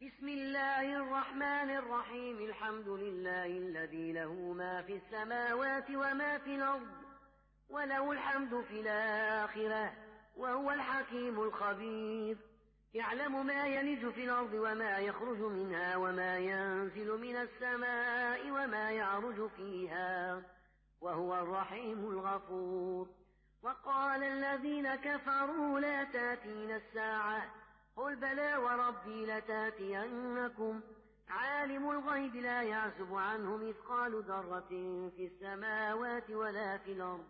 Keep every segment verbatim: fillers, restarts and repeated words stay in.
بسم الله الرحمن الرحيم. الحمد لله الذي له ما في السماوات وما في الأرض وله الحمد في الآخرة وهو الحكيم الخبير. يعلم ما يلج في الأرض وما يخرج منها وما ينزل من السماء وما يعرج فيها وهو الرحيم الغفور. وقال الذين كفروا لا تأتينا الساعة قل بلى وربي لتأتينكم عالم الغيب لا يعزب عنه مثقال ذرة في السماوات ولا في الأرض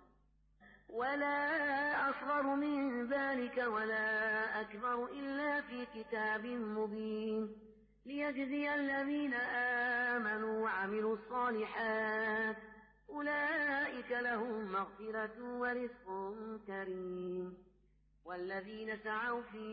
ولا أصغر من ذلك ولا أكبر إلا في كتاب مبين ليجزي الذين آمنوا وعملوا الصالحات أولئك لهم مغفرة ورزق كريم. والذين سعوا في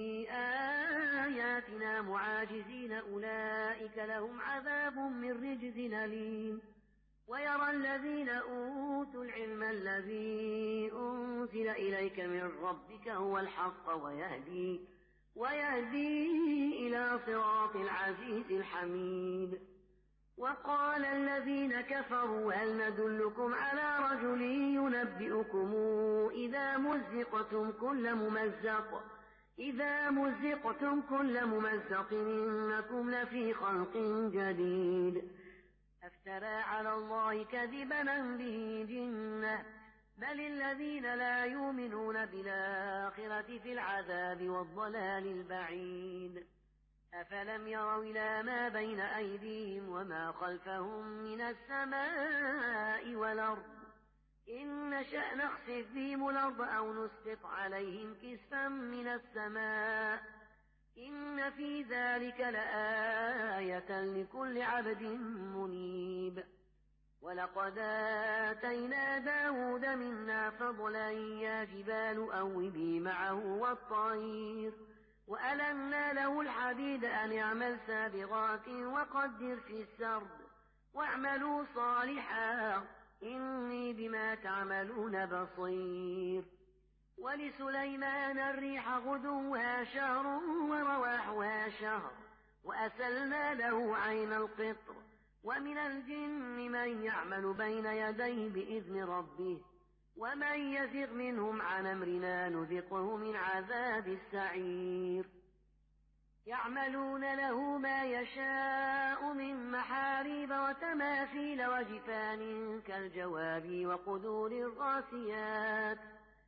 آياتنا معاجزين أولئك لهم عذاب من رجز أليم. ويرى الذين أوتوا العلم الذي أنزل إليك من ربك هو الحق ويهدي, ويهدي إلى صراط العزيز الحميد. وقال الذين كفروا هل ندلكم على رجل ينبئكم إذا مزقتم كل ممزق إذا مزقتم كل ممزق إنكم لفي خلق جديد أفترى على الله كذبا به جنة بل الذين لا يؤمنون بالآخرة في العذاب والضلال البعيد. أفلم يروا إلى ما بين أيديهم وما خلفهم من السماء والأرض إن نشأ نخسف بهم الأرض أو نسقط عليهم كسفا من السماء إن في ذلك لآية لكل عبد منيب. ولقد آتينا داود منا فضلا يا جبال أوبي معه والطير وألنا له الحديد أن يعمل سابغات وقدر في السرد واعملوا صالحا إني بما تعملون بصير. ولسليمان الريح غدوها شهر ورواحها شهر وأسلنا له عين القطر ومن الجن من يعمل بين يديه بإذن ربه ومن يزغ منهم عن أمرنا نذقه من عذاب السعير. يعملون له ما يشاء من محاريب وتماثيل وجفان كالجواب وقدور الراسيات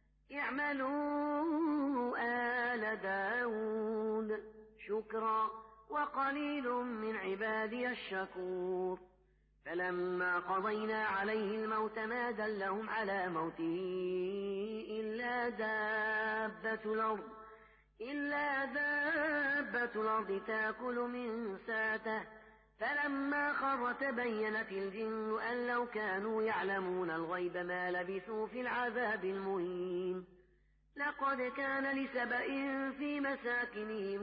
اعملوا آل داود شكرا وقليل من عبادي الشكور. فلما قضينا عليه الموت ما دلهم على موته إلا دابة الأرض إلا دابة الأرض تأكل من ساته فلما خر تبينت الجن أن لو كانوا يعلمون الغيب ما لبثوا في العذاب المهين. لقد كان لسبإ في مساكنهم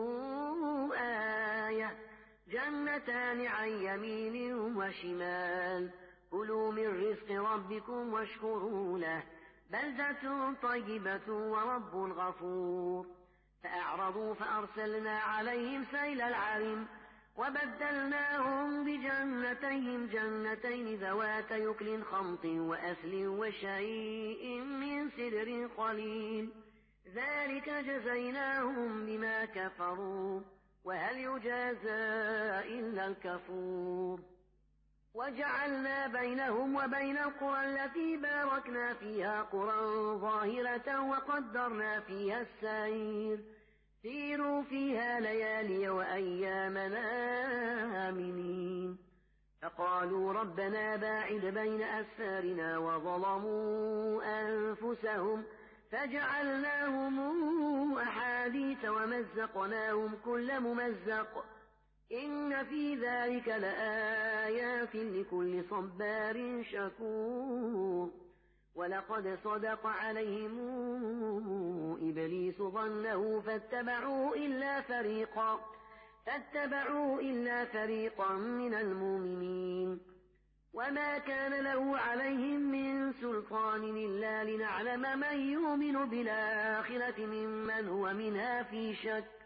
آية جنتان عن يمين وشمال كلوا من رزق ربكم واشكروا له بلدة طيبة ورب غفور. فأعرضوا فأرسلنا عليهم سيل العرم وبدلناهم بجنتين جنتين ذوات يكل خمط وأثل وشيء من سدر قليل ذلك جزيناهم بما كفروا وهل يجازى إلا الكفور. وجعلنا بينهم وبين القرى التي باركنا فيها قرى ظاهرة وقدرنا فيها السير سيروا فيها ليالي وأيامنا آمنين. فقالوا ربنا باعد بين أسفارنا وظلموا أنفسهم فجعلناهم أحاديث ومزقناهم كل ممزق إن في ذلك لآيات لكل صبار شكور. ولقد صدق عليهم إبليس ظنه فاتبعوا إلا فريقا فاتبعوا إلا فريقا من المؤمنين. وما كان له عليهم من سلطان إلا لنعلم من يؤمن بالآخرة ممن هو منها في شك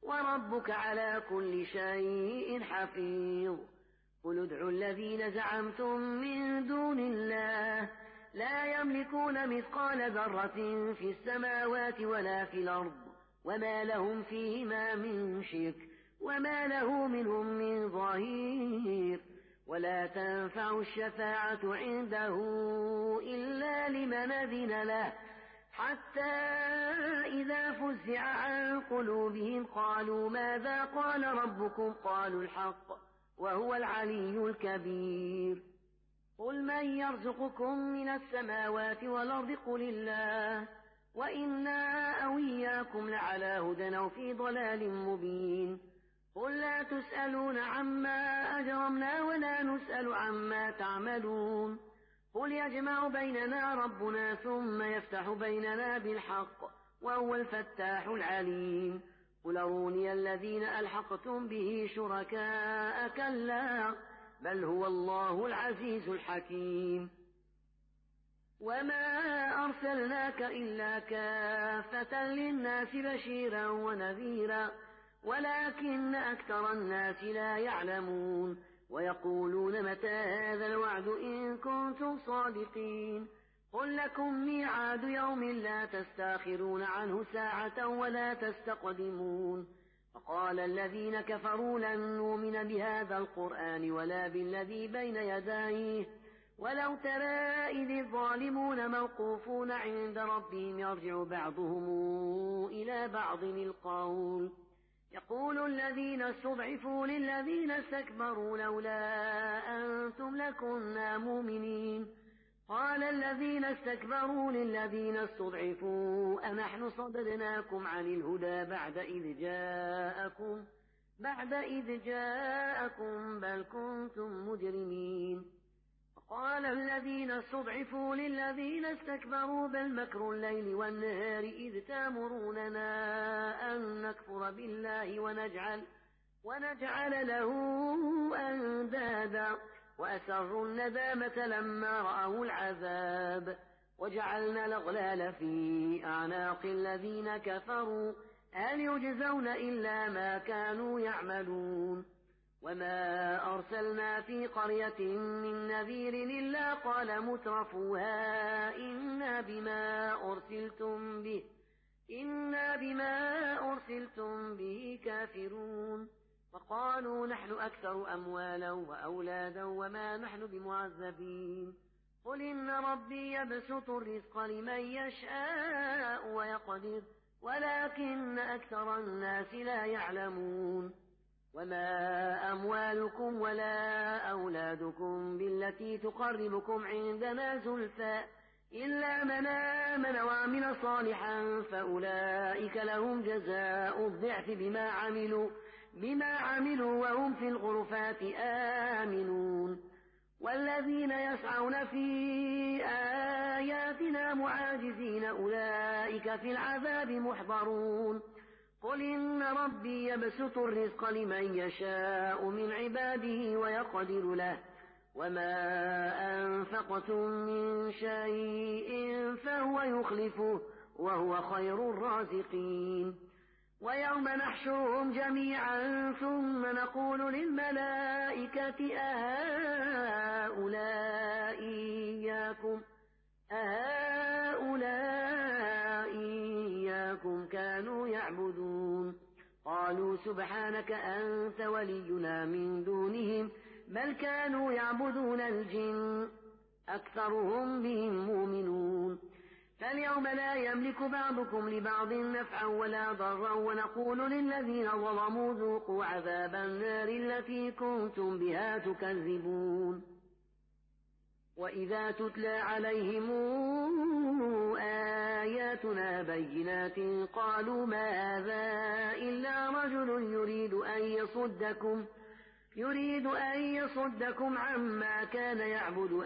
وربك على كل شيء حفيظ قل ادعوا الذين زعمتم من دون الله لا يملكون مثقال ذرة في السماوات ولا في الأرض وما لهم فيهما من شرك وما له منهم من ظهير ولا تنفع الشفاعة عنده إلا لمن أذن له حتى إذا فزع عن قلوبهم قالوا ماذا قال ربكم قالوا الحق وهو العلي الكبير قل من يرزقكم من السماوات والأرض قل الله وإنا أو إياكم لعلى هدى أو في ضلال مبين قل لا تسألون عما أجرمنا ولا نسأل عما تعملون قل يجمع بيننا ربنا ثم يفتح بيننا بالحق وهو الفتاح العليم قل أروني الذين ألحقتم به شركاء كلا بل هو الله العزيز الحكيم وما أرسلناك إلا كافة للناس بشيرا ونذيرا ولكن أكثر الناس لا يعلمون ويقولون متى هذا الوعد إن كنتم صادقين قل لكم ميعاد يوم لا تستاخرون عنه ساعة ولا تستقدمون فقال الذين كفروا لن نؤمن بهذا القرآن ولا بالذي بين يديه ولو ترى إذ الظالمون موقوفون عند ربهم يرجع بعضهم إلى بعض القول يقول الذين استضعفوا للذين استكبروا لولا أنتم لكنا مؤمنين قال الذين استكبروا للذين استضعفوا أنحن صددناكم عن الهدى بعد إذ جاءكم بعد إذ جاءكم بل كنتم مجرمين قال الذين استضعفوا للذين استكبروا بل مكر الليل والنهار إذ تأمروننا أن نكفر بالله ونجعل, ونجعل له أندادا وأسروا الندامة لما رأوا العذاب وجعلنا الأغلال في أعناق الذين كفروا هل يجزون إلا ما كانوا يعملون وما أرسلنا في قرية من نذير إلا قال مترفوها إنا بما أرسلتم به إنا بما أرسلتم به كافرون وقالوا نحن أكثر أموالا وأولادا وما نحن بمعذبين قل إن ربي يبسط الرزق لمن يشاء ويقدر ولكن أكثر الناس لا يعلمون وما أموالكم ولا أولادكم بالتي تقربكم عندنا زلفى إلا من آمن وعمل صالحا فأولئك لهم جزاء الضعف بما عملوا بما عملوا وهم في الغرفات آمنون والذين يسعون في آياتنا معاجزين أولئك في العذاب محضرون قل إن ربي يبسط الرزق لمن يشاء من عباده ويقدر له وما أنفقتم من شيء فهو يخلفه وهو خير الرازقين ويوم نحشرهم جميعا ثم نقول للملائكة أهؤلاء إياكم أهؤلاء إياكم كانوا يعبدون قالوا سبحانك أنت ولينا من دونهم بل كانوا يعبدون الجن أكثرهم بهم مؤمنون فاليوم لا يملك بعضكم لبعض نفعا ولا ضرا ونقول للذين ظلموا ذوقوا عذاب النار التي كنتم بها تكذبون وإذا تتلى عليهم آياتنا بينات قالوا ما هذا إلا رجل يريد أن يصدكم يريد أن يصدكم عما كان يعبد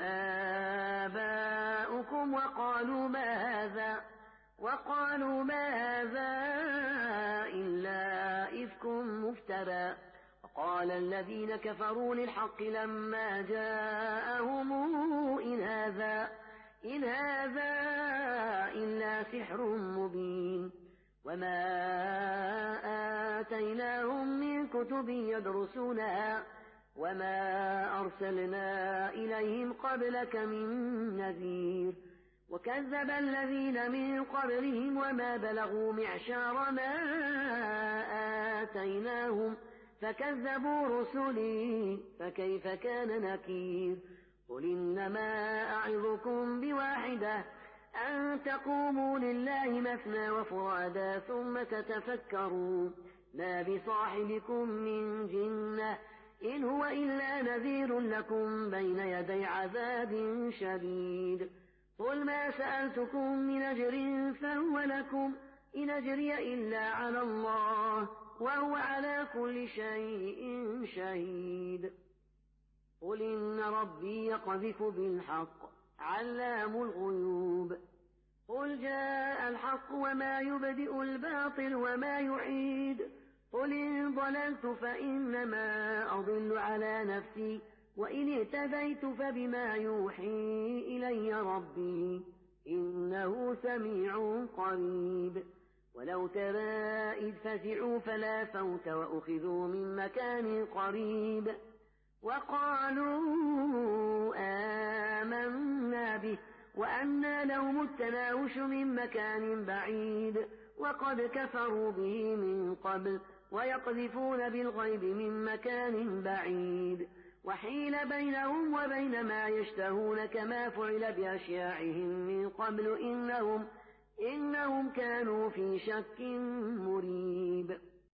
آباؤكم وقالوا ما هذا وقالوا ما هذا إلا إفك مفترى وقال الذين كفروا للحق لما جاءهم إن هذا إن هذا إلا سحر مبين وما آتيناهم من كتب يدرسونها وما أرسلنا إليهم قبلك من نذير وكذب الذين من قبلهم وما بلغوا معشار ما آتيناهم فكذبوا رسلي فكيف كان نكير قل إنما أعظكم بواحدة أن تقوموا لله مثنى وفرادا ثم تتفكروا ما بصاحبكم من جنة إن هو إلا نذير لكم بين يدي عذاب شديد قل ما سألتكم من أجر فهو لكم إن أجري إلا على الله وهو على كل شيء شهيد قل إن ربي يقذف بالحق علام الغيوب قل جاء الحق وما يبدئ الباطل وما يعيد قل إن ضللت فإنما أضل على نفسي وإن اهتديت فبما يوحي إلي ربي إنه سميع قريب ولو ترى إذ فزعوا فلا فوت وأخذوا من مكان قريب وقالوا آمنا به وأنى لهم التناوش من مكان بعيد وقد كفروا به من قبل ويقذفون بالغيب من مكان بعيد وحيل بينهم وبين ما يشتهون كما فعل بأشياعهم من قبل إنهم, إنهم كانوا في شك مريب